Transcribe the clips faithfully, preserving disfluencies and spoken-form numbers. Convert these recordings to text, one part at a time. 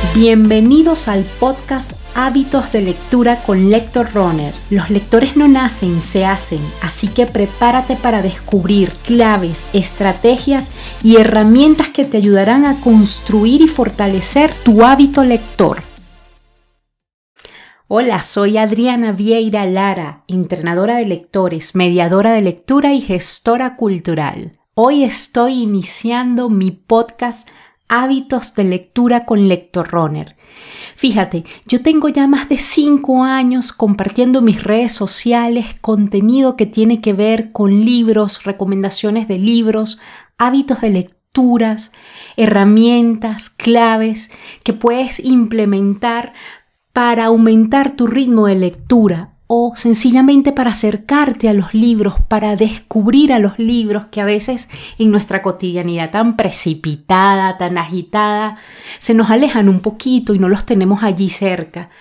Bienvenidos al podcast Hábitos de Lectura con Lector Runner. Los lectores no nacen, se hacen, así que prepárate para descubrir claves, estrategias y herramientas que te ayudarán a construir y fortalecer tu hábito lector. Hola, soy Adriana Vieira Lara, entrenadora de lectores, mediadora de lectura y gestora cultural. Hoy estoy iniciando mi podcast Hábitos de Lectura con Lector Runner. Fíjate, yo tengo ya más de cinco años compartiendo en mis redes sociales contenido que tiene que ver con libros, recomendaciones de libros, hábitos de lecturas, herramientas, claves que puedes implementar para aumentar tu ritmo de lectura o sencillamente para acercarte a los libros, para descubrir a los libros que a veces en nuestra cotidianidad tan precipitada, tan agitada, se nos alejan un poquito y no los tenemos allí cerca.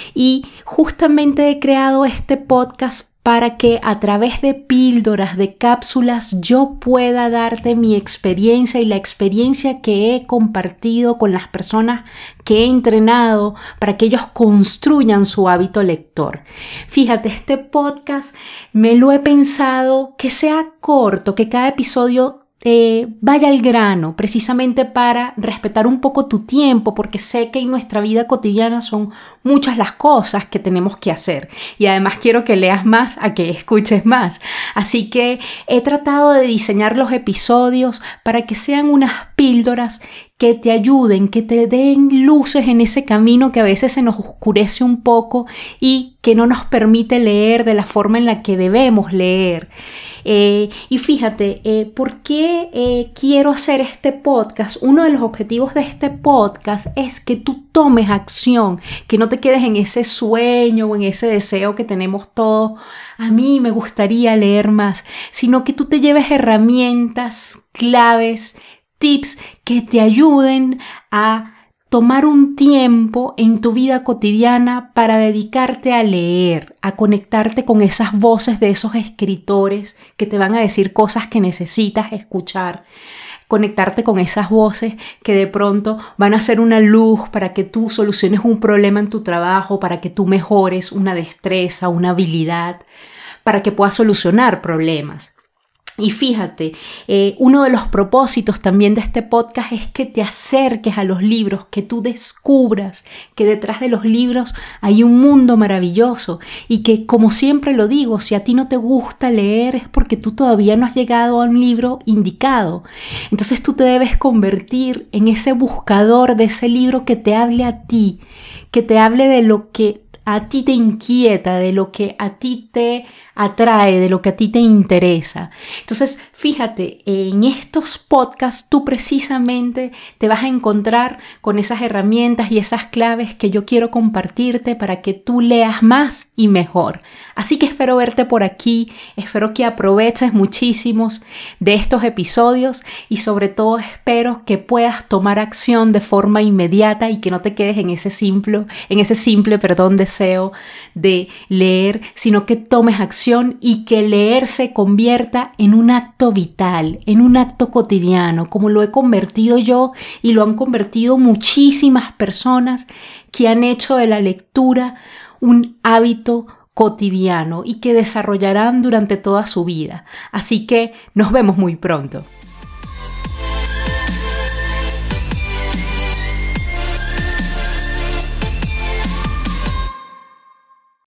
Y justamente he creado este podcast para que a través de píldoras, de cápsulas, yo pueda darte mi experiencia y la experiencia que he compartido con las personas que he entrenado para que ellos construyan su hábito lector. Fíjate, este podcast me lo he pensado que sea corto, que cada episodio Eh, vaya al grano, precisamente para respetar un poco tu tiempo, porque sé que en nuestra vida cotidiana son muchas las cosas que tenemos que hacer y además quiero que leas más a que escuches más. Así que he tratado de diseñar los episodios para que sean unas píldoras que te ayuden, que te den luces en ese camino que a veces se nos oscurece un poco y que no nos permite leer de la forma en la que debemos leer. Eh, y fíjate, eh, ¿por qué eh, quiero hacer este podcast? Uno de los objetivos de este podcast es que tú tomes acción, que no te quedes en ese sueño o en ese deseo que tenemos todos. A mí me gustaría leer más, sino que tú te lleves herramientas, claves, tips que te ayuden a tomar un tiempo en tu vida cotidiana para dedicarte a leer, a conectarte con esas voces de esos escritores que te van a decir cosas que necesitas escuchar. Conectarte con esas voces que de pronto van a ser una luz para que tú soluciones un problema en tu trabajo, para que tú mejores una destreza, una habilidad, para que puedas solucionar problemas. Y fíjate, eh, uno de los propósitos también de este podcast es que te acerques a los libros, que tú descubras que detrás de los libros hay un mundo maravilloso y que, como siempre lo digo, si a ti no te gusta leer es porque tú todavía no has llegado a un libro indicado. Entonces tú te debes convertir en ese buscador de ese libro que te hable a ti, que te hable de lo que a ti te inquieta, de lo que a ti te atrae, de lo que a ti te interesa. Entonces, fíjate, en estos podcasts tú precisamente te vas a encontrar con esas herramientas y esas claves que yo quiero compartirte para que tú leas más y mejor. Así que espero verte por aquí, espero que aproveches muchísimos de estos episodios y sobre todo espero que puedas tomar acción de forma inmediata y que no te quedes en ese simple, en ese simple, perdón, deseo de leer, sino que tomes acción y que leer se convierta en un acto vital, en un acto cotidiano, como lo he convertido yo y lo han convertido muchísimas personas que han hecho de la lectura un hábito cotidiano y que desarrollarán durante toda su vida. Así que nos vemos muy pronto.